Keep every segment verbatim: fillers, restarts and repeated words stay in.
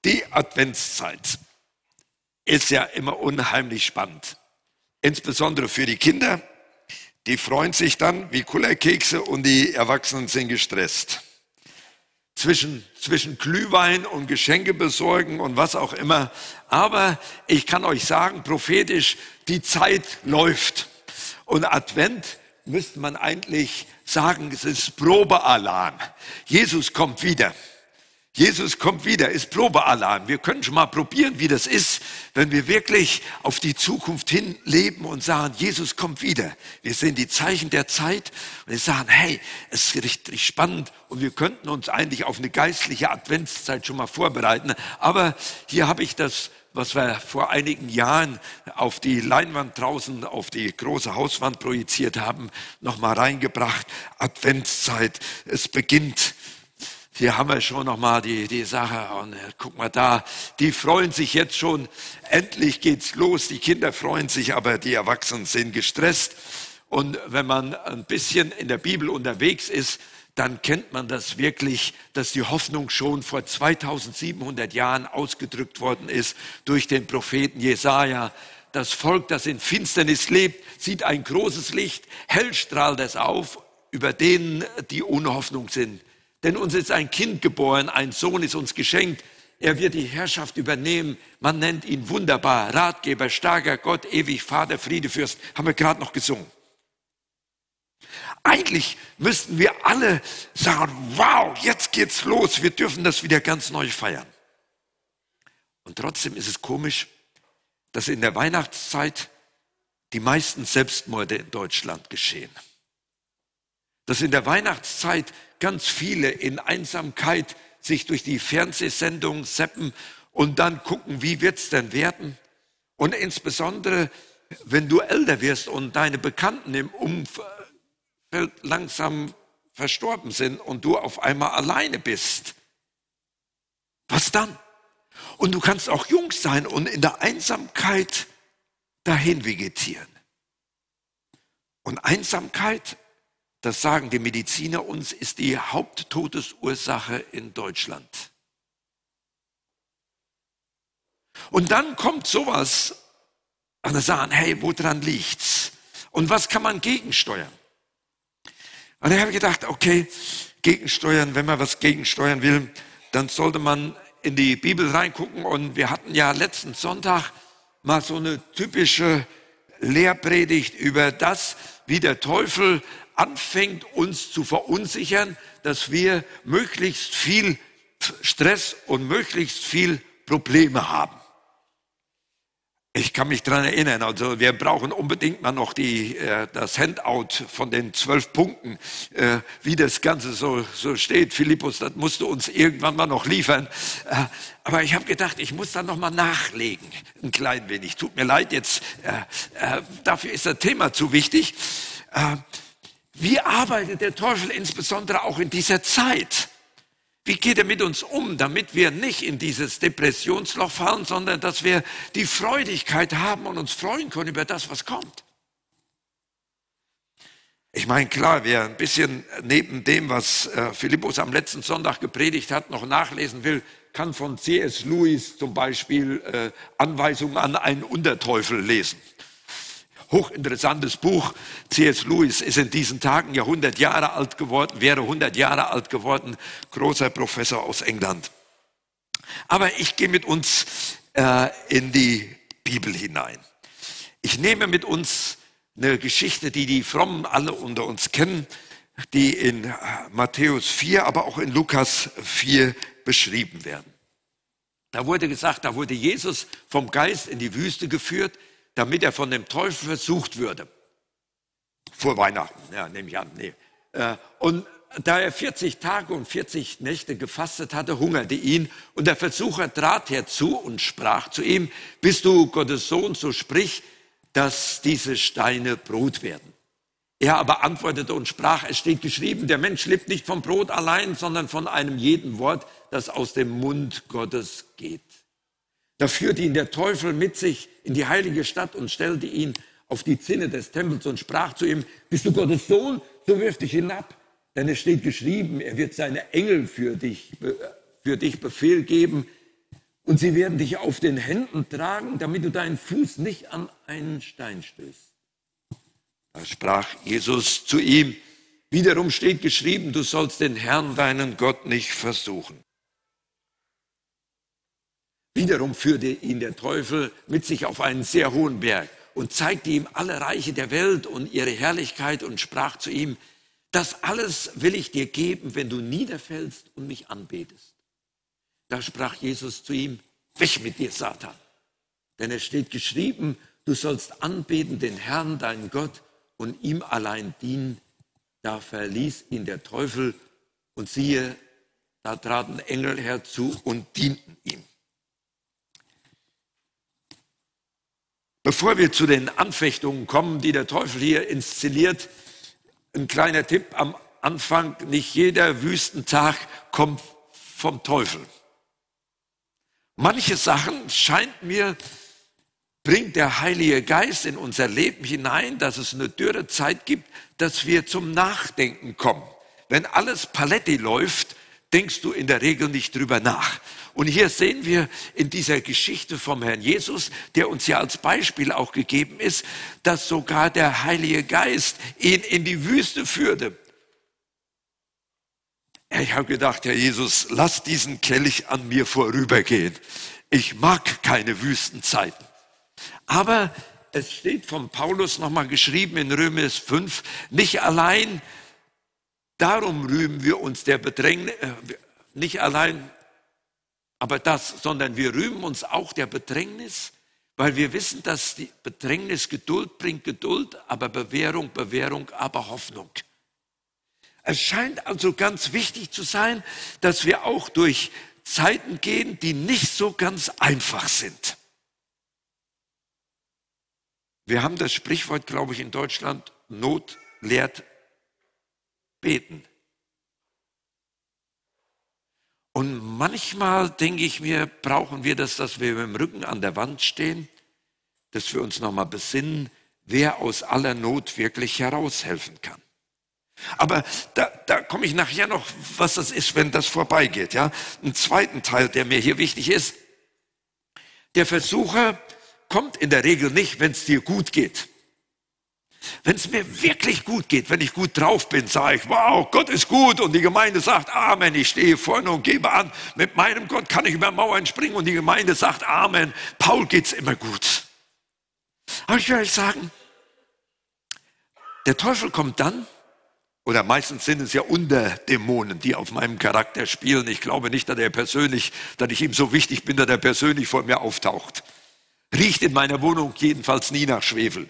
Die Adventszeit ist ja immer unheimlich spannend. Insbesondere für die Kinder. Die freuen sich dann wie Kullerkekse und die Erwachsenen sind gestresst. Zwischen, zwischen Glühwein und Geschenke besorgen und was auch immer. Aber ich kann euch sagen, prophetisch, die Zeit läuft. Und Advent müsste man eigentlich sagen, es ist Probealarm. Jesus kommt wieder. Jesus kommt wieder, ist Probealarm. Wir können schon mal probieren, wie das ist, wenn wir wirklich auf die Zukunft hin leben und sagen, Jesus kommt wieder. Wir sehen die Zeichen der Zeit und wir sagen, hey, es ist richtig spannend und wir könnten uns eigentlich auf eine geistliche Adventszeit schon mal vorbereiten. Aber hier habe ich das, was wir vor einigen Jahren auf die Leinwand draußen, auf die große Hauswand projiziert haben, noch mal reingebracht. Adventszeit, es beginnt. Hier haben wir schon nochmal die, die Sache, und guck mal da, die freuen sich jetzt schon, endlich geht's los, die Kinder freuen sich, aber die Erwachsenen sind gestresst. Und wenn man ein bisschen in der Bibel unterwegs ist, dann kennt man das wirklich, dass die Hoffnung schon vor zweitausendsiebenhundert Jahren ausgedrückt worden ist durch den Propheten Jesaja. Das Volk, das in Finsternis lebt, sieht ein großes Licht, hell strahlt es auf über denen, die ohne Hoffnung sind. Denn uns ist ein Kind geboren, ein Sohn ist uns geschenkt. Er wird die Herrschaft übernehmen. Man nennt ihn wunderbar, Ratgeber, starker Gott, ewig Vater, Friedefürst. Haben wir gerade noch gesungen. Eigentlich müssten wir alle sagen, wow, jetzt geht's los. Wir dürfen das wieder ganz neu feiern. Und trotzdem ist es komisch, dass in der Weihnachtszeit die meisten Selbstmorde in Deutschland geschehen. Dass in der Weihnachtszeit ganz viele in Einsamkeit sich durch die Fernsehsendungen seppen und dann gucken, wie wird's denn werden? Und insbesondere, wenn du älter wirst und deine Bekannten im Umfeld langsam verstorben sind und du auf einmal alleine bist. Was dann? Und du kannst auch jung sein und in der Einsamkeit dahin vegetieren. Und Einsamkeit, das sagen die Mediziner uns, ist die Haupttodesursache in Deutschland. Und dann kommt sowas, und dann sagen, hey, woran liegt's? Und was kann man gegensteuern? Und dann habe ich gedacht, okay, gegensteuern, wenn man was gegensteuern will, dann sollte man in die Bibel reingucken. Und wir hatten ja letzten Sonntag mal so eine typische Lehrpredigt über das, wie der Teufel anfängt, uns zu verunsichern, dass wir möglichst viel Stress und möglichst viel Probleme haben. Ich kann mich daran erinnern, also wir brauchen unbedingt mal noch die, äh, das Handout von den zwölf Punkten, äh, wie das Ganze so, so steht. Philippus, das musst du uns irgendwann mal noch liefern. Äh, aber ich habe gedacht, ich muss da noch mal nachlegen, ein klein wenig. Tut mir leid, jetzt äh, äh, dafür ist das Thema zu wichtig. Äh, Wie arbeitet der Teufel insbesondere auch in dieser Zeit? Wie geht er mit uns um, damit wir nicht in dieses Depressionsloch fallen, sondern dass wir die Freudigkeit haben und uns freuen können über das, was kommt? Ich meine, klar, wer ein bisschen neben dem, was äh, Philippus am letzten Sonntag gepredigt hat, noch nachlesen will, kann von C S Lewis zum Beispiel äh, Anweisungen an einen Unterteufel lesen. Hochinteressantes Buch. C S Lewis ist in diesen Tagen ja hundert Jahre alt geworden, wäre hundert Jahre alt geworden, großer Professor aus England. Aber ich gehe mit uns äh, in die Bibel hinein. Ich nehme mit uns eine Geschichte, die die Frommen alle unter uns kennen, die in Matthäus vier, aber auch in Lukas vier beschrieben werden. Da wurde gesagt, da wurde Jesus vom Geist in die Wüste geführt, damit er von dem Teufel versucht würde. Vor Weihnachten, ja, nehme ich an. Nee. Und da er vierzig Tage und vierzig Nächte gefastet hatte, hungerte ihn. Und der Versucher trat herzu und sprach zu ihm, bist du Gottes Sohn, so sprich, dass diese Steine Brot werden. Er aber antwortete und sprach, es steht geschrieben, der Mensch lebt nicht vom Brot allein, sondern von einem jeden Wort, das aus dem Mund Gottes geht. Da führte ihn der Teufel mit sich in die heilige Stadt und stellte ihn auf die Zinne des Tempels und sprach zu ihm, bist du Gottes Sohn, so wirf dich hinab. Denn es steht geschrieben, er wird seine Engel für dich, für dich Befehl geben Und sie werden dich auf den Händen tragen, damit du deinen Fuß nicht an einen Stein stößt. Da sprach Jesus zu ihm, wiederum steht geschrieben, du sollst den Herrn, deinen Gott, nicht versuchen. Wiederum führte ihn der Teufel mit sich auf einen sehr hohen Berg und zeigte ihm alle Reiche der Welt und ihre Herrlichkeit und sprach zu ihm, das alles will ich dir geben, wenn du niederfällst und mich anbetest. Da sprach Jesus zu ihm, weg mit dir, Satan. Denn es steht geschrieben, du sollst anbeten den Herrn, deinen Gott, und ihm allein dienen. Da verließ ihn der Teufel und siehe, da traten Engel herzu und dienten ihm. Bevor wir zu den Anfechtungen kommen, die der Teufel hier inszeniert, ein kleiner Tipp am Anfang, nicht jeder Wüstentag kommt vom Teufel. Manche Sachen, scheint mir, bringt der Heilige Geist in unser Leben hinein, dass es eine dürre Zeit gibt, dass wir zum Nachdenken kommen. Wenn alles Paletti läuft, denkst du in der Regel nicht drüber nach. Und hier sehen wir in dieser Geschichte vom Herrn Jesus, der uns ja als Beispiel auch gegeben ist, dass sogar der Heilige Geist ihn in die Wüste führte. Ich habe gedacht, Herr Jesus, lass diesen Kelch an mir vorübergehen. Ich mag keine Wüstenzeiten. Aber es steht von Paulus nochmal geschrieben in Römer fünf, nicht allein darum rühmen wir uns der Bedrängnis, äh, nicht allein aber das, sondern wir rühmen uns auch der Bedrängnis, weil wir wissen, dass die Bedrängnis Geduld bringt, Geduld, aber Bewährung, Bewährung, aber Hoffnung. Es scheint also ganz wichtig zu sein, dass wir auch durch Zeiten gehen, die nicht so ganz einfach sind. Wir haben das Sprichwort, glaube ich, in Deutschland, Not lehrt beten. Und manchmal denke ich mir, brauchen wir das, dass wir mit dem Rücken an der Wand stehen, dass wir uns nochmal besinnen, wer aus aller Not wirklich heraushelfen kann. Aber da, da komme ich nachher noch, was das ist, wenn das vorbeigeht. Ja? Einen zweiten Teil, der mir hier wichtig ist. Der Versucher kommt in der Regel nicht, wenn es dir gut geht. Wenn es mir wirklich gut geht, wenn ich gut drauf bin, sage ich, wow, Gott ist gut. Und die Gemeinde sagt, Amen. Ich stehe vorne und gebe an, mit meinem Gott kann ich über Mauern springen. Und die Gemeinde sagt, Amen. Paul geht's immer gut. Aber ich will euch sagen, der Teufel kommt dann, oder meistens sind es ja Unterdämonen, die auf meinem Charakter spielen. Ich glaube nicht, dass er persönlich, dass ich ihm so wichtig bin, dass er persönlich vor mir auftaucht. Riecht in meiner Wohnung jedenfalls nie nach Schwefel.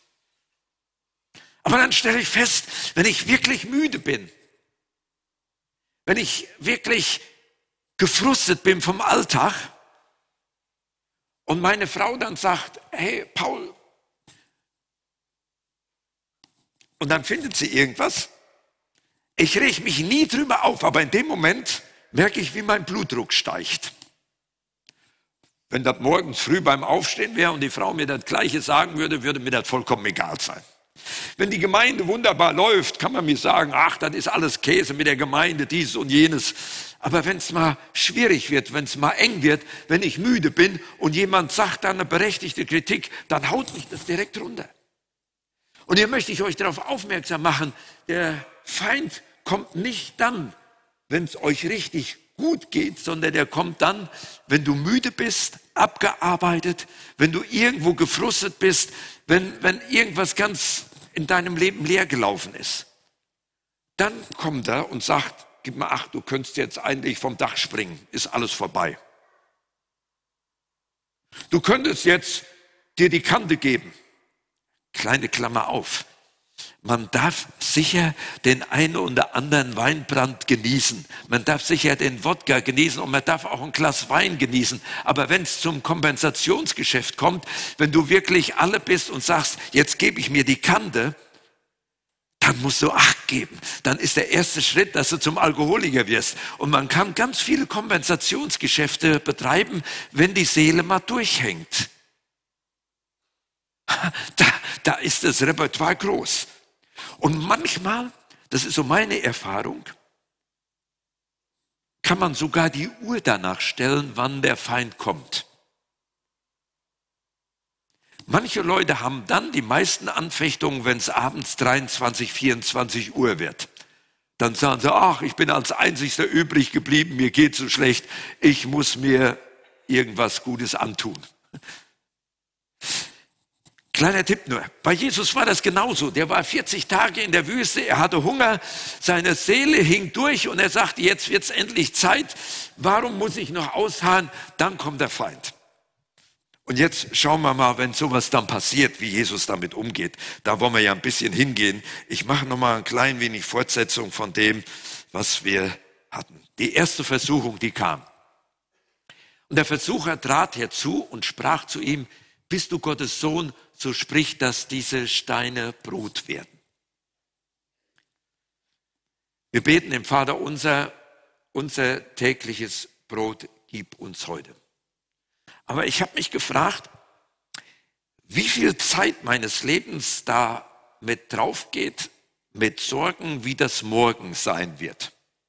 Aber dann stelle ich fest, wenn ich wirklich müde bin, wenn ich wirklich gefrustet bin vom Alltag und meine Frau dann sagt, hey Paul, und dann findet sie irgendwas, ich reg mich nie drüber auf, aber in dem Moment merke ich, wie mein Blutdruck steigt. Wenn das morgens früh beim Aufstehen wäre und die Frau mir das Gleiche sagen würde, würde mir das vollkommen egal sein. Wenn die Gemeinde wunderbar läuft, kann man mir sagen, ach, das ist alles Käse mit der Gemeinde, dies und jenes. Aber wenn es mal schwierig wird, wenn es mal eng wird, wenn ich müde bin und jemand sagt dann eine berechtigte Kritik, dann haut mich das direkt runter. Und hier möchte ich euch darauf aufmerksam machen, der Feind kommt nicht dann, wenn es euch richtig gut geht, sondern der kommt dann, wenn du müde bist, abgearbeitet, wenn du irgendwo gefrustet bist, wenn, wenn irgendwas ganz in deinem Leben leer gelaufen ist. Dann kommt er und sagt, gib mal acht, du könntest jetzt eigentlich vom Dach springen, ist alles vorbei. Du könntest jetzt dir die Kante geben. Kleine Klammer auf. Man darf sicher den einen oder anderen Weinbrand genießen. Man darf sicher den Wodka genießen und man darf auch ein Glas Wein genießen. Aber wenn es zum Kompensationsgeschäft kommt, wenn du wirklich alle bist und sagst, jetzt gebe ich mir die Kante, dann musst du Acht geben. Dann ist der erste Schritt, dass du zum Alkoholiker wirst. Und man kann ganz viele Kompensationsgeschäfte betreiben, wenn die Seele mal durchhängt. Da, da ist das Repertoire groß. Und manchmal, das ist so meine Erfahrung, kann man sogar die Uhr danach stellen, wann der Feind kommt. Manche Leute haben dann die meisten Anfechtungen, wenn es abends dreiundzwanzig, vierundzwanzig Uhr wird. Dann sagen sie, ach, ich bin als Einzigster übrig geblieben, mir geht so schlecht, ich muss mir irgendwas Gutes antun. Kleiner Tipp nur, bei Jesus war das genauso. Der war vierzig Tage in der Wüste, er hatte Hunger, seine Seele hing durch und er sagte, jetzt wird es endlich Zeit, warum muss ich noch ausharren? Dann kommt der Feind. Und jetzt schauen wir mal, wenn sowas dann passiert, wie Jesus damit umgeht. Da wollen wir ja ein bisschen hingehen. Ich mache noch mal ein klein wenig Fortsetzung von dem, was wir hatten. Die erste Versuchung, die kam. Und der Versucher trat herzu und sprach zu ihm, bist du Gottes Sohn, so sprich, dass diese Steine Brot werden. Wir beten im Vater unser, unser tägliches Brot gib uns heute. Aber ich habe mich gefragt, wie viel Zeit meines Lebens da mit drauf geht, mit Sorgen, wie das morgen sein wird.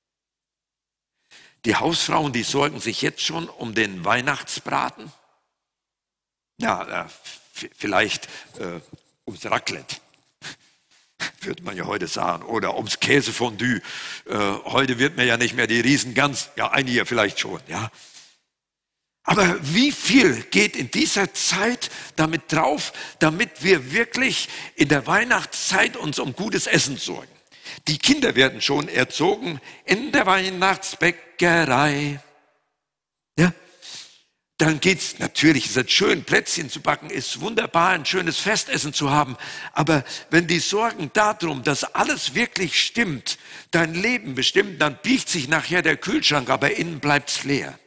Die Hausfrauen, die sorgen sich jetzt schon um den Weihnachtsbraten. Ja, äh, vielleicht äh, ums Raclette, würde man ja heute sagen, oder ums Käsefondue. Äh, heute wird man ja nicht mehr die Riesengans, ja einige vielleicht schon, ja. Aber wie viel geht in dieser Zeit damit drauf, damit wir wirklich in der Weihnachtszeit uns um gutes Essen sorgen? Die Kinder werden schon erzogen in der Weihnachtsbäckerei. Ja? Dann geht's, natürlich ist es schön, Plätzchen zu backen, ist wunderbar, ein schönes Festessen zu haben. Aber wenn die Sorgen darum, dass alles wirklich stimmt, dein Leben bestimmt, dann biegt sich nachher der Kühlschrank, aber innen bleibt's leer.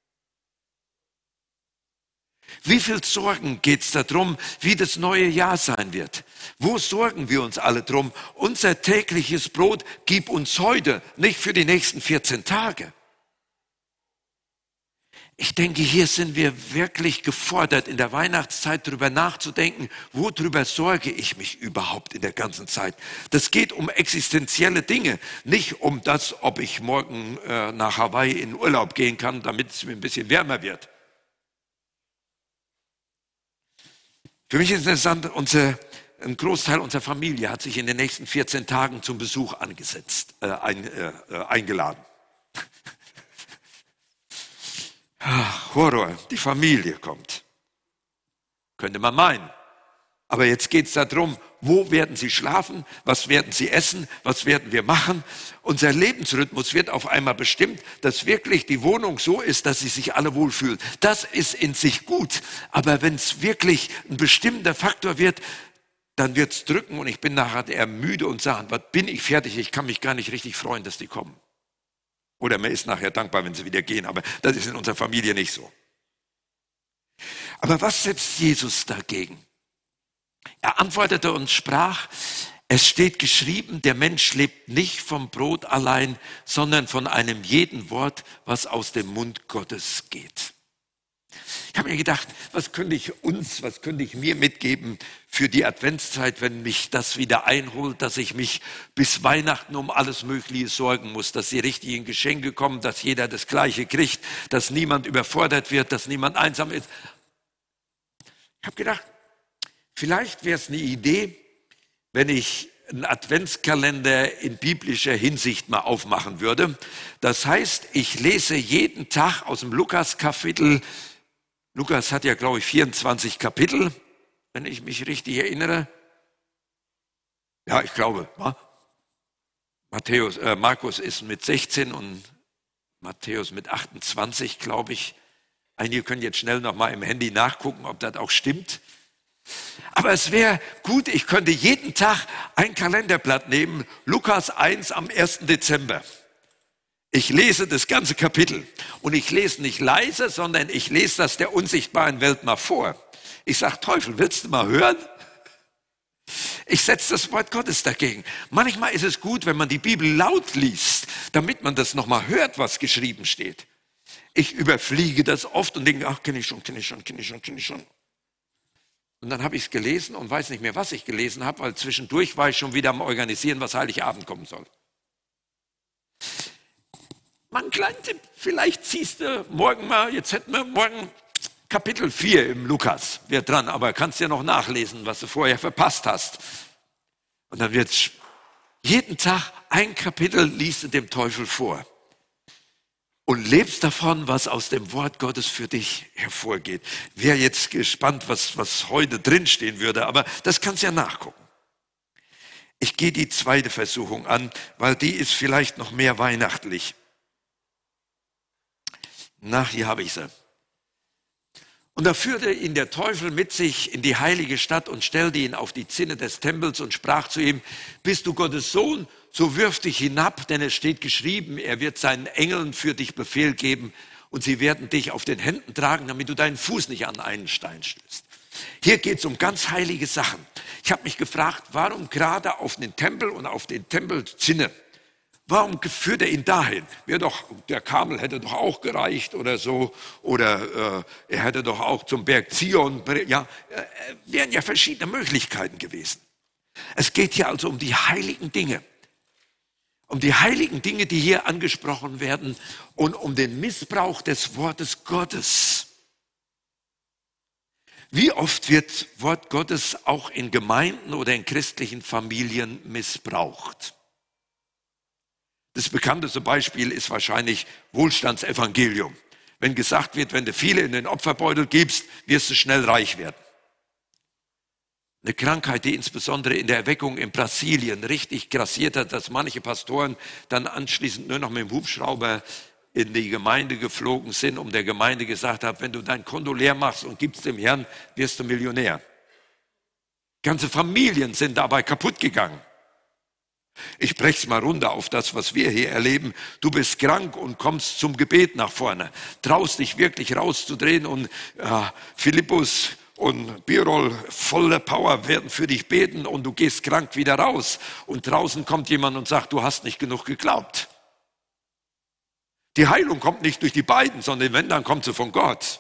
Wie viel Sorgen geht's darum, wie das neue Jahr sein wird? Wo sorgen wir uns alle drum? Unser tägliches Brot gib uns heute, nicht für die nächsten vierzehn Tage. Ich denke, hier sind wir wirklich gefordert, in der Weihnachtszeit darüber nachzudenken, worüber sorge ich mich überhaupt in der ganzen Zeit. Das geht um existenzielle Dinge, nicht um das, ob ich morgen äh, nach Hawaii in Urlaub gehen kann, damit es mir ein bisschen wärmer wird. Für mich ist interessant, unser, ein Großteil unserer Familie hat sich in den nächsten vierzehn Tagen zum Besuch angesetzt, äh, ein, äh, eingeladen. Ach, Horror, die Familie kommt. Könnte man meinen. Aber jetzt geht es darum, wo werden sie schlafen, was werden sie essen, was werden wir machen. Unser Lebensrhythmus wird auf einmal bestimmt, dass wirklich die Wohnung so ist, dass sie sich alle wohlfühlen. Das ist in sich gut. Aber wenn es wirklich ein bestimmender Faktor wird, dann wird es drücken und ich bin nachher eher müde und sagen, was bin ich fertig, ich kann mich gar nicht richtig freuen, dass die kommen. Oder man ist nachher dankbar, wenn sie wieder gehen, aber das ist in unserer Familie nicht so. Aber was setzt Jesus dagegen? Er antwortete und sprach, es steht geschrieben, der Mensch lebt nicht vom Brot allein, sondern von einem jeden Wort, was aus dem Mund Gottes geht. Ich habe mir gedacht, was könnte ich uns, was könnte ich mir mitgeben für die Adventszeit, wenn mich das wieder einholt, dass ich mich bis Weihnachten um alles Mögliche sorgen muss, dass die richtigen Geschenke kommen, dass jeder das Gleiche kriegt, dass niemand überfordert wird, dass niemand einsam ist. Ich habe gedacht, vielleicht wäre es eine Idee, wenn ich einen Adventskalender in biblischer Hinsicht mal aufmachen würde. Das heißt, ich lese jeden Tag aus dem Lukas-Kapitel. Lukas hat ja, glaube ich, vierundzwanzig Kapitel, wenn ich mich richtig erinnere. Ja, ich glaube. Matthäus, äh, Markus ist mit sechzehn und Matthäus mit achtundzwanzig, glaube ich. Einige können jetzt schnell noch mal im Handy nachgucken, ob das auch stimmt. Aber es wäre gut, ich könnte jeden Tag ein Kalenderblatt nehmen, Lukas eins am ersten Dezember. Ich lese das ganze Kapitel und ich lese nicht leise, sondern ich lese das der unsichtbaren Welt mal vor. Ich sage, Teufel, willst du mal hören? Ich setze das Wort Gottes dagegen. Manchmal ist es gut, wenn man die Bibel laut liest, damit man das nochmal hört, was geschrieben steht. Ich überfliege das oft und denke, ach, kenne ich schon, kenne ich schon, kenne ich schon, kenne ich schon. Und dann habe ich es gelesen und weiß nicht mehr, was ich gelesen habe, weil zwischendurch war ich schon wieder am Organisieren, was Heiligabend kommen soll. Mal einen kleinen Tipp, vielleicht ziehst du morgen mal, jetzt hätten wir morgen Kapitel vier im Lukas, wird dran, aber kannst ja noch nachlesen, was du vorher verpasst hast. Und dann wird jeden Tag ein Kapitel liest du dem Teufel vor. Und lebst davon, was aus dem Wort Gottes für dich hervorgeht. Wäre jetzt gespannt, was, was heute drinstehen würde, aber das kannst du ja nachgucken. Ich gehe die zweite Versuchung an, weil die ist vielleicht noch mehr weihnachtlich. Na, hier habe ich sie. Und da führte ihn der Teufel mit sich in die heilige Stadt und stellte ihn auf die Zinne des Tempels und sprach zu ihm, bist du Gottes Sohn, so wirf dich hinab, denn es steht geschrieben, er wird seinen Engeln für dich Befehl geben und sie werden dich auf den Händen tragen, damit du deinen Fuß nicht an einen Stein stößt. Hier geht es um ganz heilige Sachen. Ich habe mich gefragt, warum gerade auf den Tempel und auf den Tempelzinne? Warum führt er ihn dahin? Wäre doch, der Kamel hätte doch auch gereicht oder so. Oder äh, er hätte doch auch zum Berg Zion. Ja, äh, wären ja verschiedene Möglichkeiten gewesen. Es geht hier also um die heiligen Dinge. Um die heiligen Dinge, die hier angesprochen werden. Und um den Missbrauch des Wortes Gottes. Wie oft wird Wort Gottes auch in Gemeinden oder in christlichen Familien missbraucht? Das bekannteste Beispiel ist wahrscheinlich Wohlstandsevangelium. Wenn gesagt wird, wenn du viele in den Opferbeutel gibst, wirst du schnell reich werden. Eine Krankheit, die insbesondere in der Erweckung in Brasilien richtig grassiert hat, dass manche Pastoren dann anschließend nur noch mit dem Hubschrauber in die Gemeinde geflogen sind, um der Gemeinde gesagt hat, wenn du dein Konto leer machst und gibst dem Herrn, wirst du Millionär. Ganze Familien sind dabei kaputt gegangen. Ich brech's mal runter auf das, was wir hier erleben. Du bist krank und kommst zum Gebet nach vorne. Traust dich wirklich rauszudrehen und äh, Philippus und Birol voller Power werden für dich beten und du gehst krank wieder raus. Und draußen kommt jemand und sagt, du hast nicht genug geglaubt. Die Heilung kommt nicht durch die beiden, sondern wenn, dann kommt sie von Gott.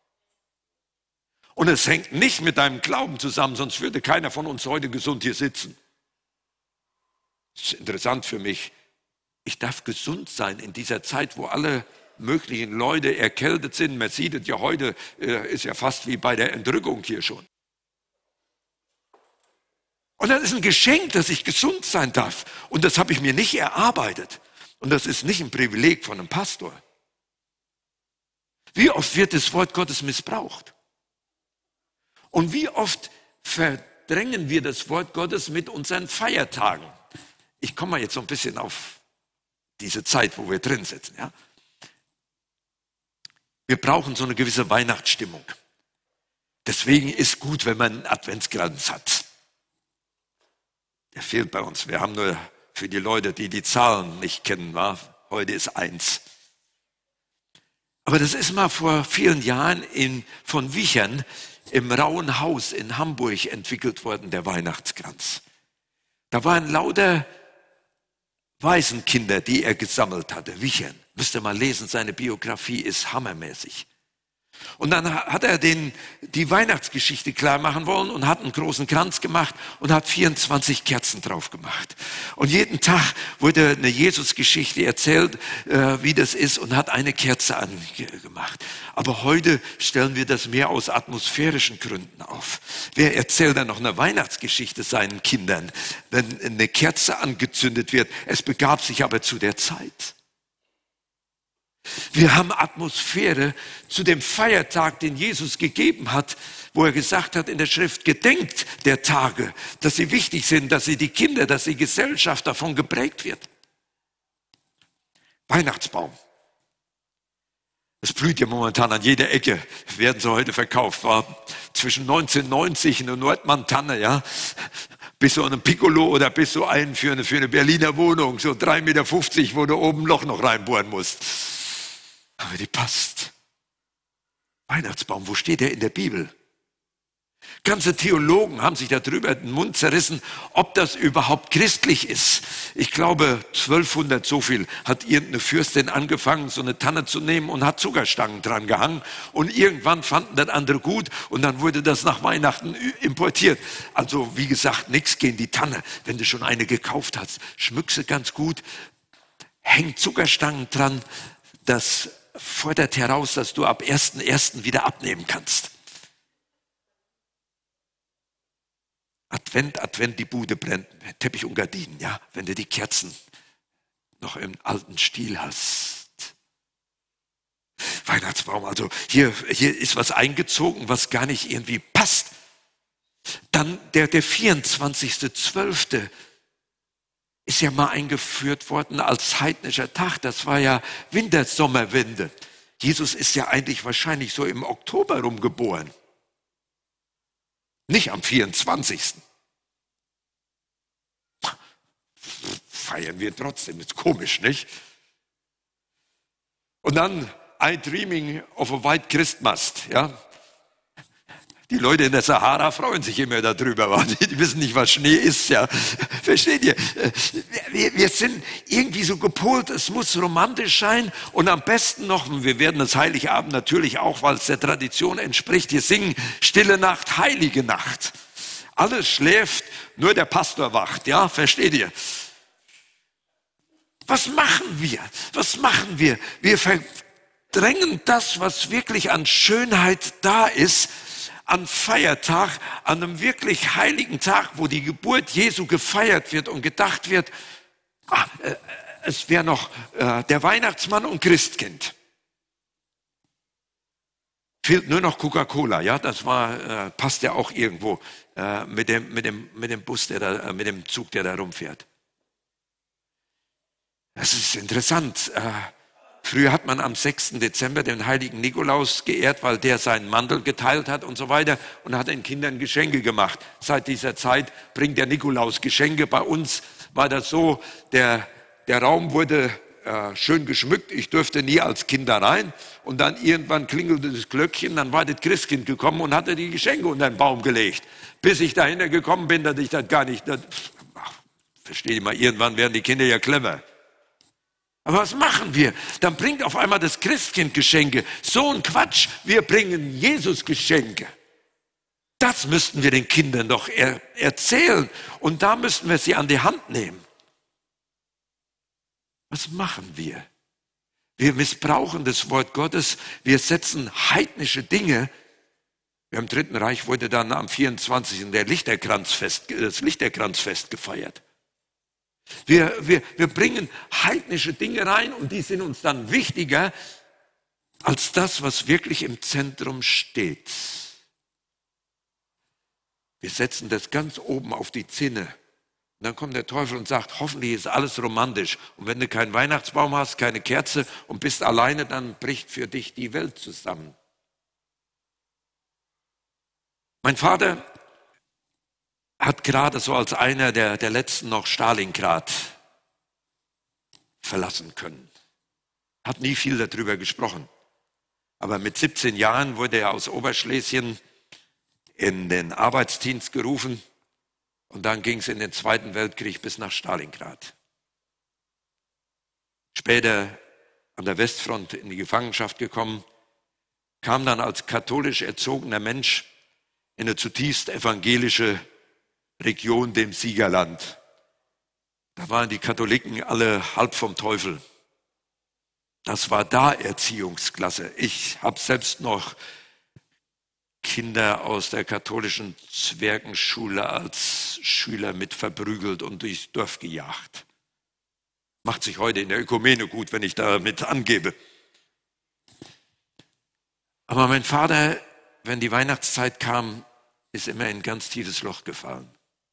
Und es hängt nicht mit deinem Glauben zusammen, sonst würde keiner von uns heute gesund hier sitzen. Das ist interessant für mich. Ich darf gesund sein in dieser Zeit, wo alle möglichen Leute erkältet sind. Man sieht es ja heute, äh, ist ja fast wie bei der Entrückung hier schon. Und das ist ein Geschenk, dass ich gesund sein darf. Und das habe ich mir nicht erarbeitet. Und das ist nicht ein Privileg von einem Pastor. Wie oft wird das Wort Gottes missbraucht? Und wie oft verdrängen wir das Wort Gottes mit unseren Feiertagen? Ich komme mal jetzt so ein bisschen auf diese Zeit, wo wir drin sitzen. Ja? Wir brauchen so eine gewisse Weihnachtsstimmung. Deswegen ist gut, wenn man einen Adventskranz hat. Der fehlt bei uns. Wir haben nur für die Leute, die die Zahlen nicht kennen, war, heute ist eins. Aber das ist mal vor vielen Jahren in, von Wichern im Rauen Haus in Hamburg entwickelt worden, der Weihnachtskranz. Da waren lauter Waisenkinder, die er gesammelt hatte, Wichern. Müsst ihr mal lesen, seine Biografie ist hammermäßig. Und dann hat er den, die Weihnachtsgeschichte klar machen wollen und hat einen großen Kranz gemacht und hat vierundzwanzig Kerzen drauf gemacht. Und jeden Tag wurde eine Jesusgeschichte erzählt, äh, wie das ist, und hat eine Kerze angemacht. Aber heute stellen wir das mehr aus atmosphärischen Gründen auf. Wer erzählt dann noch eine Weihnachtsgeschichte seinen Kindern, wenn eine Kerze angezündet wird? Es begab sich aber zu der Zeit. Wir haben Atmosphäre zu dem Feiertag, den Jesus gegeben hat, wo er gesagt hat in der Schrift, gedenkt der Tage, dass sie wichtig sind, dass sie die Kinder, dass die Gesellschaft davon geprägt wird. Weihnachtsbaum. Es blüht ja momentan an jeder Ecke, werden sie heute verkauft. War zwischen neunzehnhundertneunzig eine Nordmann-Tanne, ja, bis so einem Piccolo oder bis so einen für eine, für eine Berliner Wohnung, so drei Meter fünfzig, wo du oben ein Loch noch reinbohren musst. Aber die passt. Weihnachtsbaum, wo steht der in der Bibel? Ganze Theologen haben sich darüber den Mund zerrissen, ob das überhaupt christlich ist. Ich glaube, zwölfhundert, so viel, hat irgendeine Fürstin angefangen, so eine Tanne zu nehmen und hat Zuckerstangen dran gehangen. Und irgendwann fanden das andere gut und dann wurde das nach Weihnachten importiert. Also wie gesagt, nichts gegen die Tanne. Wenn du schon eine gekauft hast, schmück sie ganz gut. hängt Zuckerstangen dran. Das fordert heraus, dass du ab ersten ersten wieder abnehmen kannst. Advent, Advent, die Bude brennt. Teppich und Gardinen, ja, wenn du die Kerzen noch im alten Stil hast. Weihnachtsbaum, also hier, hier ist was eingezogen, was gar nicht irgendwie passt. Dann der, der vierundzwanzigste zwölfte ist ja mal eingeführt worden als heidnischer Tag. Das war ja Wintersommerwende. Jesus ist ja eigentlich wahrscheinlich so im Oktober rumgeboren. Nicht am vierundzwanzigsten Feiern wir trotzdem, ist komisch, nicht? Und dann I Dreaming of a White Christmas, ja. Die Leute in der Sahara freuen sich immer darüber, weil die wissen nicht, was Schnee ist, ja. Versteht ihr? Wir, wir sind irgendwie so gepolt, es muss romantisch sein und am besten noch, wir werden das Heiligabend natürlich auch, weil es der Tradition entspricht, hier singen Stille Nacht, Heilige Nacht. Alles schläft, nur der Pastor wacht, ja, versteht ihr? Was machen wir? Was machen wir? Wir verdrängen das, was wirklich an Schönheit da ist, an Feiertag, an einem wirklich heiligen Tag, wo die Geburt Jesu gefeiert wird und gedacht wird, ah, äh, es wäre noch äh, der Weihnachtsmann und Christkind. Fehlt nur noch Coca-Cola, ja, das war, äh, passt ja auch irgendwo äh, mit dem, mit dem, mit dem Bus, der da, äh, mit dem Zug, der da rumfährt. Das ist interessant. Äh, Früher hat man am sechsten Dezember den heiligen Nikolaus geehrt, weil der seinen Mantel geteilt hat und so weiter und hat den Kindern Geschenke gemacht. Seit dieser Zeit bringt der Nikolaus Geschenke. Bei uns war das so, der, der Raum wurde äh, schön geschmückt. Ich durfte nie als Kind da rein. Und dann irgendwann klingelte das Glöckchen, dann war das Christkind gekommen und hatte die Geschenke unter den Baum gelegt. Bis ich dahinter gekommen bin, dass ich das gar nicht... Das, ach, verstehe ich mal, irgendwann werden die Kinder ja clever. Aber was machen wir? Dann bringt auf einmal das Christkind Geschenke. So ein Quatsch, wir bringen Jesus Geschenke. Das müssten wir den Kindern doch er- erzählen. Und da müssten wir sie an die Hand nehmen. Was machen wir? Wir missbrauchen das Wort Gottes. Wir setzen heidnische Dinge. Im Dritten Reich wurde dann am vierundzwanzigsten Der Lichterkranzfest, das Lichterkranzfest gefeiert. Wir, wir, wir bringen heidnische Dinge rein und die sind uns dann wichtiger als das, was wirklich im Zentrum steht. Wir setzen das ganz oben auf die Zinne. Und dann kommt der Teufel und sagt, hoffentlich ist alles romantisch. Und wenn du keinen Weihnachtsbaum hast, keine Kerze und bist alleine, dann bricht für dich die Welt zusammen. Mein Vater hat gerade so als einer der, der letzten noch Stalingrad verlassen können. Hat nie viel darüber gesprochen. Aber mit siebzehn Jahren wurde er aus Oberschlesien in den Arbeitsdienst gerufen und dann ging es in den Zweiten Weltkrieg bis nach Stalingrad. Später an der Westfront in die Gefangenschaft gekommen, kam dann als katholisch erzogener Mensch in eine zutiefst evangelische Region, dem Siegerland. Da waren die Katholiken alle halb vom Teufel. Das war da Erziehungsklasse. Ich habe selbst noch Kinder aus der katholischen Zwergenschule als Schüler mit verprügelt und durchs Dorf gejagt. Macht sich heute in der Ökumene gut, wenn ich damit angebe. Aber mein Vater, wenn die Weihnachtszeit kam, ist immer in ein ganz tiefes Loch gefallen.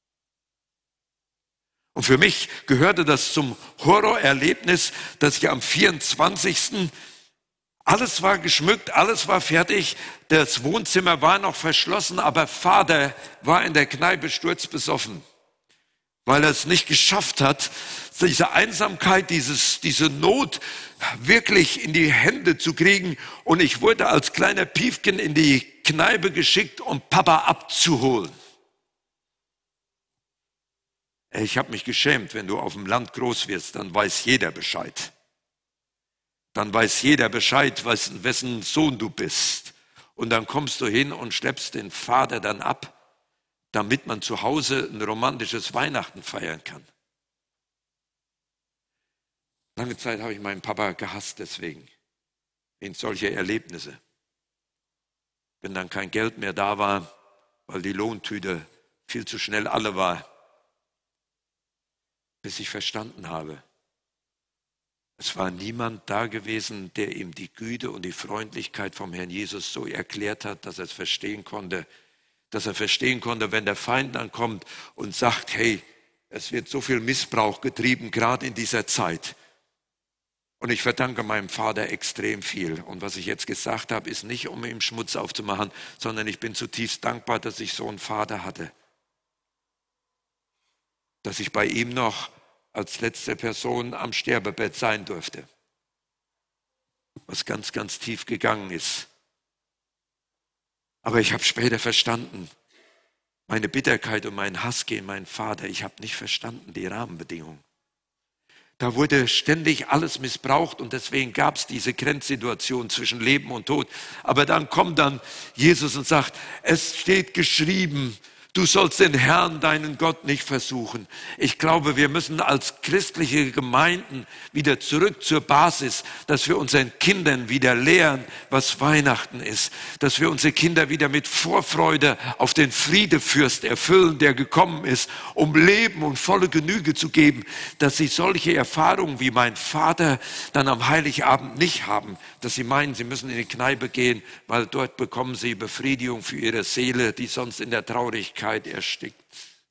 Und für mich gehörte das zum Horrorerlebnis, dass ich am vierundzwanzigsten alles war geschmückt, alles war fertig, das Wohnzimmer war noch verschlossen, aber Vater war in der Kneipe sturzbesoffen, weil er es nicht geschafft hat, diese Einsamkeit, dieses, diese Not wirklich in die Hände zu kriegen. Und ich wurde als kleiner Piefken in die Kneipe geschickt, um Papa abzuholen. Ich habe mich geschämt, wenn du auf dem Land groß wirst, dann weiß jeder Bescheid. Dann weiß jeder Bescheid, wessen Sohn du bist. Und dann kommst du hin und schleppst den Vater dann ab, damit man zu Hause ein romantisches Weihnachten feiern kann. Lange Zeit habe ich meinen Papa gehasst deswegen, in solche Erlebnisse. Wenn dann kein Geld mehr da war, weil die Lohntüte viel zu schnell alle war, bis ich verstanden habe, es war niemand da gewesen, der ihm die Güte und die Freundlichkeit vom Herrn Jesus so erklärt hat, dass er es verstehen konnte, dass er verstehen konnte, wenn der Feind dann kommt und sagt, hey, es wird so viel Missbrauch getrieben, gerade in dieser Zeit. Und ich verdanke meinem Vater extrem viel. Und was ich jetzt gesagt habe, ist nicht, um ihm Schmutz aufzumachen, sondern ich bin zutiefst dankbar, dass ich so einen Vater hatte. Dass ich bei ihm noch als letzte Person am Sterbebett sein durfte. Was ganz, ganz tief gegangen ist. Aber ich habe später verstanden, meine Bitterkeit und mein Hass gegen meinen Vater, ich habe nicht verstanden die Rahmenbedingungen. Da wurde ständig alles missbraucht und deswegen gab es diese Grenzsituation zwischen Leben und Tod. Aber dann kommt dann Jesus und sagt, es steht geschrieben, du sollst den Herrn, deinen Gott, nicht versuchen. Ich glaube, wir müssen als christliche Gemeinden wieder zurück zur Basis, dass wir unseren Kindern wieder lehren, was Weihnachten ist. Dass wir unsere Kinder wieder mit Vorfreude auf den Friedefürst erfüllen, der gekommen ist, um Leben und volle Genüge zu geben. Dass sie solche Erfahrungen wie mein Vater dann am Heiligabend nicht haben. Dass sie meinen, sie müssen in die Kneipe gehen, weil dort bekommen sie Befriedigung für ihre Seele, die sonst in der Traurigkeit erstickt.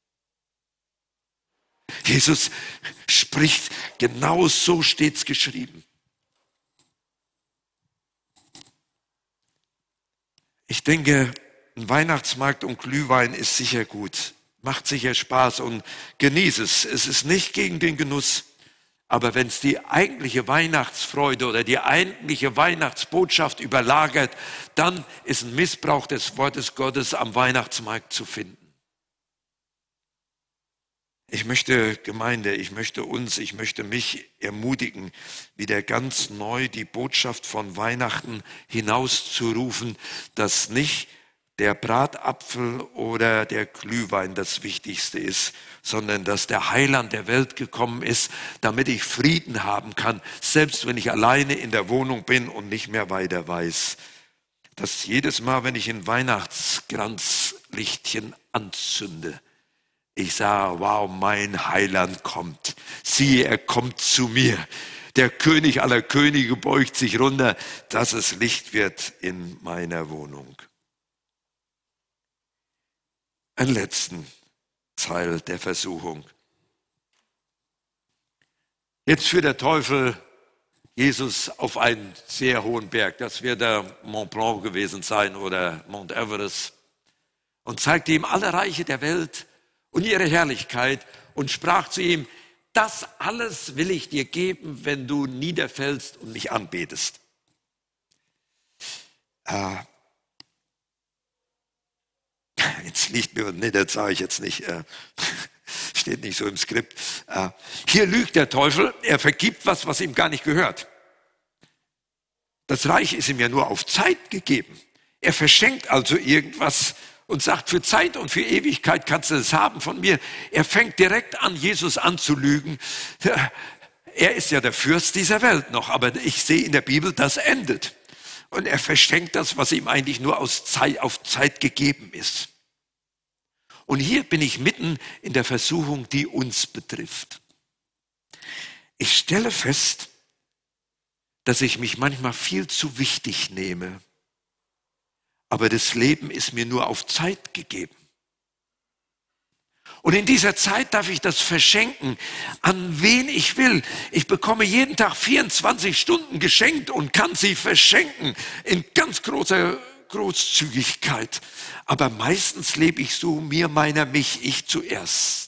Jesus spricht, genau so steht es geschrieben. Ich denke, ein Weihnachtsmarkt und Glühwein ist sicher gut, macht sicher Spaß und genieße es. Es ist nicht gegen den Genuss, aber wenn es die eigentliche Weihnachtsfreude oder die eigentliche Weihnachtsbotschaft überlagert, dann ist ein Missbrauch des Wortes Gottes am Weihnachtsmarkt zu finden. Ich möchte Gemeinde, ich möchte uns, ich möchte mich ermutigen, wieder ganz neu die Botschaft von Weihnachten hinauszurufen, dass nicht der Bratapfel oder der Glühwein das Wichtigste ist, sondern dass der Heiland der Welt gekommen ist, damit ich Frieden haben kann, selbst wenn ich alleine in der Wohnung bin und nicht mehr weiter weiß. Dass jedes Mal, wenn ich ein Weihnachtskranzlichtchen anzünde, ich sage, wow, mein Heiland kommt. Siehe, er kommt zu mir. Der König aller Könige beugt sich runter, dass es Licht wird in meiner Wohnung. Einen letzten Teil der Versuchung. Jetzt führt der Teufel Jesus auf einen sehr hohen Berg. Das wird der Mont Blanc gewesen sein oder Mount Everest. Und zeigte ihm alle Reiche der Welt und ihre Herrlichkeit und sprach zu ihm, das alles will ich dir geben, wenn du niederfällst und mich anbetest. Äh, jetzt liegt mir, nee, das sage ich jetzt nicht, äh, steht nicht so im Skript. Äh, hier lügt der Teufel, er vergibt was, was ihm gar nicht gehört. Das Reich ist ihm ja nur auf Zeit gegeben. Er verschenkt also irgendwas und sagt, für Zeit und für Ewigkeit kannst du es haben von mir. Er fängt direkt an, Jesus anzulügen. Er ist ja der Fürst dieser Welt noch, aber ich sehe in der Bibel, das endet. Und er verschenkt das, was ihm eigentlich nur aus Zeit, auf Zeit gegeben ist. Und hier bin ich mitten in der Versuchung, die uns betrifft. Ich stelle fest, dass ich mich manchmal viel zu wichtig nehme. Aber das Leben ist mir nur auf Zeit gegeben. Und in dieser Zeit darf ich das verschenken, an wen ich will. Ich bekomme jeden Tag vierundzwanzig Stunden geschenkt und kann sie verschenken in ganz großer Großzügigkeit. Aber meistens lebe ich so, mir, meiner, mich, ich zuerst.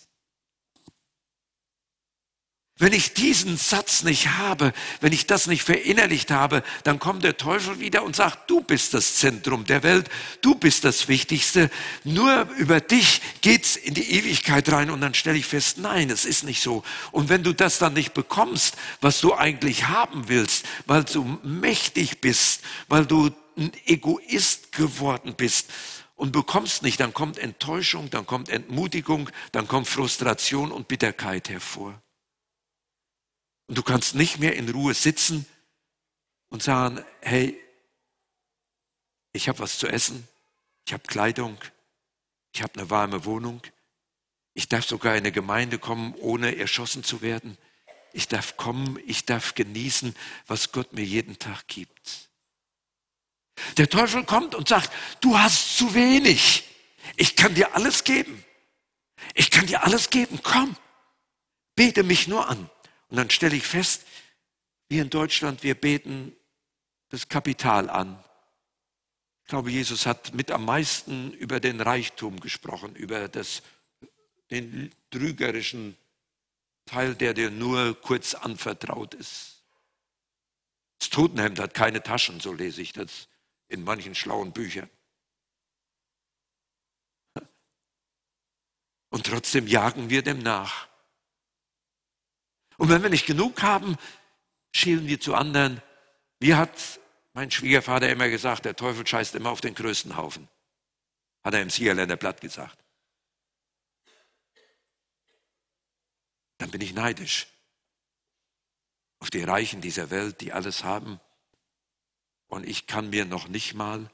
Wenn ich diesen Satz nicht habe, wenn ich das nicht verinnerlicht habe, dann kommt der Teufel wieder und sagt, du bist das Zentrum der Welt, du bist das Wichtigste, nur über dich geht's in die Ewigkeit rein. Und dann stelle ich fest, nein, es ist nicht so. Und wenn du das dann nicht bekommst, was du eigentlich haben willst, weil du mächtig bist, weil du ein Egoist geworden bist und bekommst nicht, dann kommt Enttäuschung, dann kommt Entmutigung, dann kommt Frustration und Bitterkeit hervor. Und du kannst nicht mehr in Ruhe sitzen und sagen, hey, ich habe was zu essen, ich habe Kleidung, ich habe eine warme Wohnung, ich darf sogar in eine Gemeinde kommen, ohne erschossen zu werden. Ich darf kommen, ich darf genießen, was Gott mir jeden Tag gibt. Der Teufel kommt und sagt, du hast zu wenig. Ich kann dir alles geben. Ich kann dir alles geben. Komm, bete mich nur an. Und dann stelle ich fest, wir in Deutschland, wir beten das Kapital an. Ich glaube, Jesus hat mit am meisten über den Reichtum gesprochen, über das, den trügerischen Teil, der dir nur kurz anvertraut ist. Das Totenhemd hat keine Taschen, so lese ich das in manchen schlauen Büchern. Und trotzdem jagen wir dem nach. Und wenn wir nicht genug haben, schielen wir zu anderen. Wie hat mein Schwiegervater immer gesagt, der Teufel scheißt immer auf den größten Haufen. Hat er im Siegerländer Blatt gesagt. Dann bin ich neidisch auf die Reichen dieser Welt, die alles haben. Und ich kann mir noch nicht mal,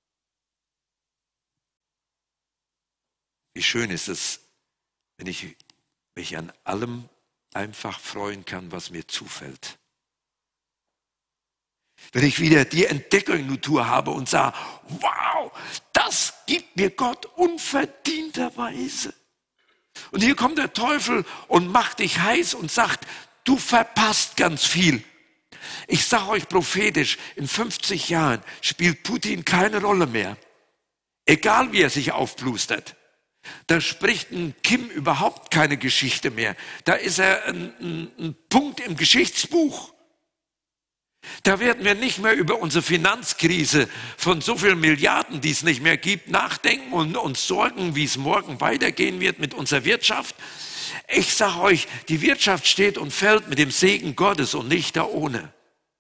wie schön ist es, wenn ich mich an allem einfach freuen kann, was mir zufällt. Wenn ich wieder die Entdeckung habe und sage, wow, das gibt mir Gott unverdienterweise. Und hier kommt der Teufel und macht dich heiß und sagt, du verpasst ganz viel. Ich sage euch prophetisch, in fünfzig Jahren spielt Putin keine Rolle mehr. Egal wie er sich aufplustert. Da spricht ein Kim überhaupt keine Geschichte mehr. Da ist er ein, ein, ein Punkt im Geschichtsbuch. Da werden wir nicht mehr über unsere Finanzkrise von so vielen Milliarden, die es nicht mehr gibt, nachdenken und uns sorgen, wie es morgen weitergehen wird mit unserer Wirtschaft. Ich sage euch, die Wirtschaft steht und fällt mit dem Segen Gottes und nicht da ohne.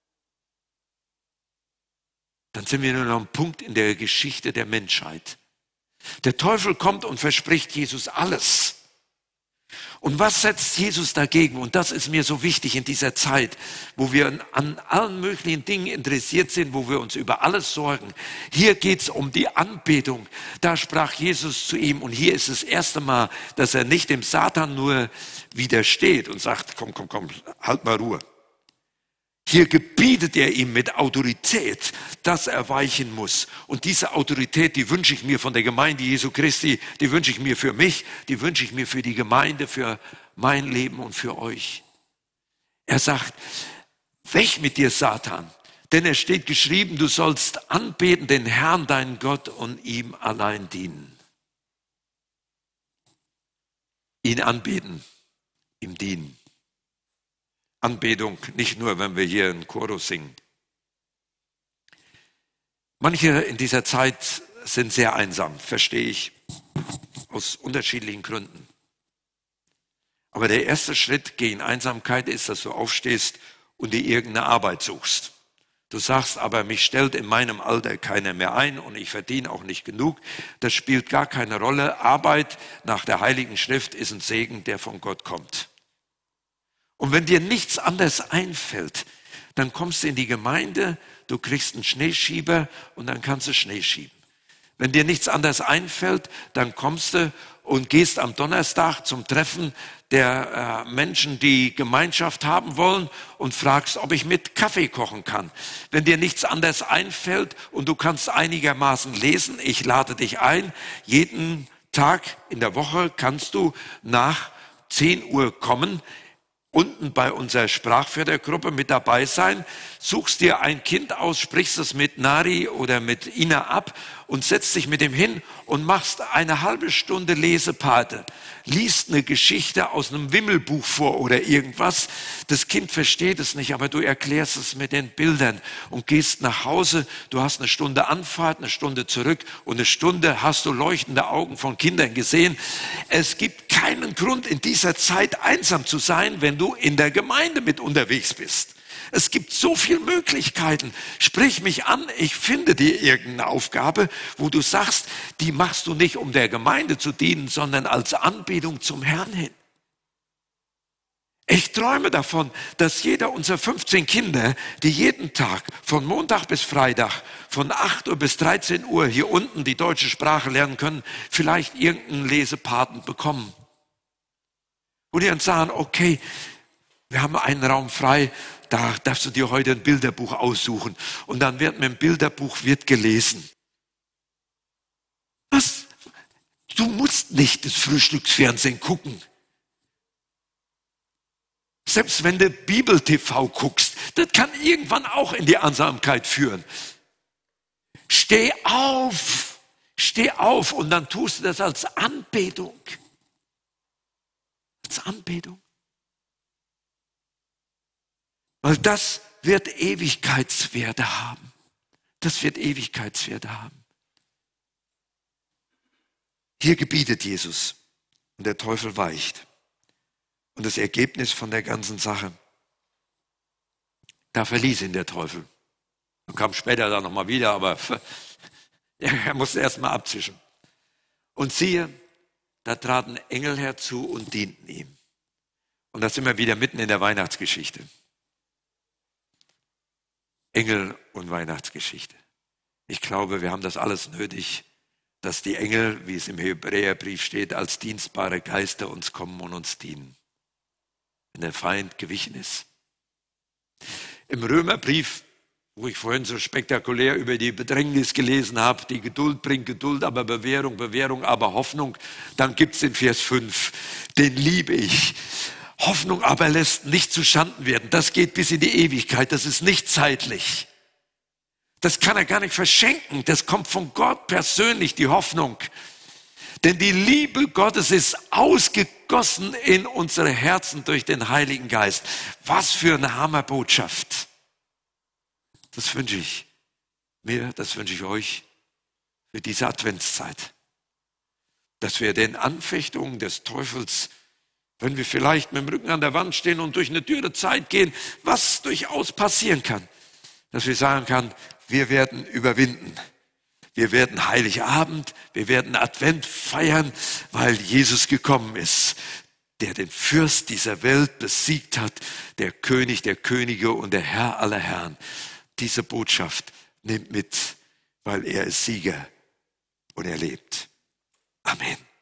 Dann sind wir nur noch ein Punkt in der Geschichte der Menschheit. Der Teufel kommt und verspricht Jesus alles. Und was setzt Jesus dagegen? Und das ist mir so wichtig in dieser Zeit, wo wir an allen möglichen Dingen interessiert sind, wo wir uns über alles sorgen. Hier geht es um die Anbetung. Da sprach Jesus zu ihm und hier ist das erste Mal, dass er nicht dem Satan nur widersteht und sagt, komm, komm, komm, halt mal Ruhe. Hier gebietet er ihm mit Autorität, dass er weichen muss. Und diese Autorität, die wünsche ich mir von der Gemeinde Jesu Christi, die wünsche ich mir für mich, die wünsche ich mir für die Gemeinde, für mein Leben und für euch. Er sagt, weg mit dir, Satan, denn es steht geschrieben, du sollst anbeten den Herrn, deinen Gott, und ihm allein dienen. Ihn anbeten, ihm dienen. Anbetung, nicht nur, wenn wir hier einen Chorus singen. Manche in dieser Zeit sind sehr einsam, verstehe ich, aus unterschiedlichen Gründen. Aber der erste Schritt gegen Einsamkeit ist, dass du aufstehst und dir irgendeine Arbeit suchst. Du sagst, aber mich stellt in meinem Alter keiner mehr ein und ich verdiene auch nicht genug. Das spielt gar keine Rolle. Arbeit nach der Heiligen Schrift ist ein Segen, der von Gott kommt. Und wenn dir nichts anderes einfällt, dann kommst du in die Gemeinde, du kriegst einen Schneeschieber und dann kannst du Schnee schieben. Wenn dir nichts anderes einfällt, dann kommst du und gehst am Donnerstag zum Treffen der äh, Menschen, die Gemeinschaft haben wollen und fragst, ob ich mit Kaffee kochen kann. Wenn dir nichts anderes einfällt und du kannst einigermaßen lesen, ich lade dich ein, jeden Tag in der Woche kannst du nach zehn Uhr kommen, unten bei unserer Sprachfördergruppe mit dabei sein, suchst dir ein Kind aus, sprichst es mit Nari oder mit Ina ab und setzt dich mit ihm hin und machst eine halbe Stunde Lesepate. Liest eine Geschichte aus einem Wimmelbuch vor oder irgendwas. Das Kind versteht es nicht, aber du erklärst es mit den Bildern und gehst nach Hause. Du hast eine Stunde Anfahrt, eine Stunde zurück und eine Stunde hast du leuchtende Augen von Kindern gesehen. Es gibt keinen Grund in dieser Zeit einsam zu sein, wenn du in der Gemeinde mit unterwegs bist. Es gibt so viele Möglichkeiten. Sprich mich an, ich finde dir irgendeine Aufgabe, wo du sagst, die machst du nicht, um der Gemeinde zu dienen, sondern als Anbetung zum Herrn hin. Ich träume davon, dass jeder unserer fünfzehn Kinder, die jeden Tag von Montag bis Freitag von acht Uhr bis dreizehn Uhr hier unten die deutsche Sprache lernen können, vielleicht irgendeinen Lesepaten bekommen. Wo die dann sagen, okay, wir haben einen Raum frei, da darfst du dir heute ein Bilderbuch aussuchen. Und dann wird mit dem Bilderbuch wird gelesen. Was? Du musst nicht das Frühstücksfernsehen gucken. Selbst wenn du Bibel-T V guckst, das kann irgendwann auch in die Einsamkeit führen. Steh auf, steh auf und dann tust du das als Anbetung. Als Anbetung. Weil das wird Ewigkeitswerte haben. Das wird Ewigkeitswerte haben. Hier gebietet Jesus und der Teufel weicht. Und das Ergebnis von der ganzen Sache, da verließ ihn der Teufel. Er kam später dann nochmal wieder, aber er musste erst mal abzischen. Und siehe, da traten Engel herzu und dienten ihm. Und da sind wir wieder mitten in der Weihnachtsgeschichte. Engel und Weihnachtsgeschichte. Ich glaube, wir haben das alles nötig, dass die Engel, wie es im Hebräerbrief steht, als dienstbare Geister uns kommen und uns dienen. Wenn der Feind gewichen ist. Im Römerbrief, wo ich vorhin so spektakulär über die Bedrängnis gelesen habe, die Geduld bringt Geduld, aber Bewährung, Bewährung, aber Hoffnung, dann gibt es den Vers fünf, den liebe ich. Hoffnung aber lässt nicht zuschanden werden. Das geht bis in die Ewigkeit, das ist nicht zeitlich. Das kann er gar nicht verschenken, das kommt von Gott persönlich, die Hoffnung. Denn die Liebe Gottes ist ausgegossen in unsere Herzen durch den Heiligen Geist. Was für eine Hammerbotschaft. Das wünsche ich mir, das wünsche ich euch für diese Adventszeit. Dass wir den Anfechtungen des Teufels, wenn wir vielleicht mit dem Rücken an der Wand stehen und durch eine dürre Zeit gehen, was durchaus passieren kann, dass wir sagen können, wir werden überwinden. Wir werden Heiligabend, wir werden Advent feiern, weil Jesus gekommen ist, der den Fürst dieser Welt besiegt hat, der König der Könige und der Herr aller Herren. Diese Botschaft nimmt mit, weil er ist Sieger und er lebt. Amen.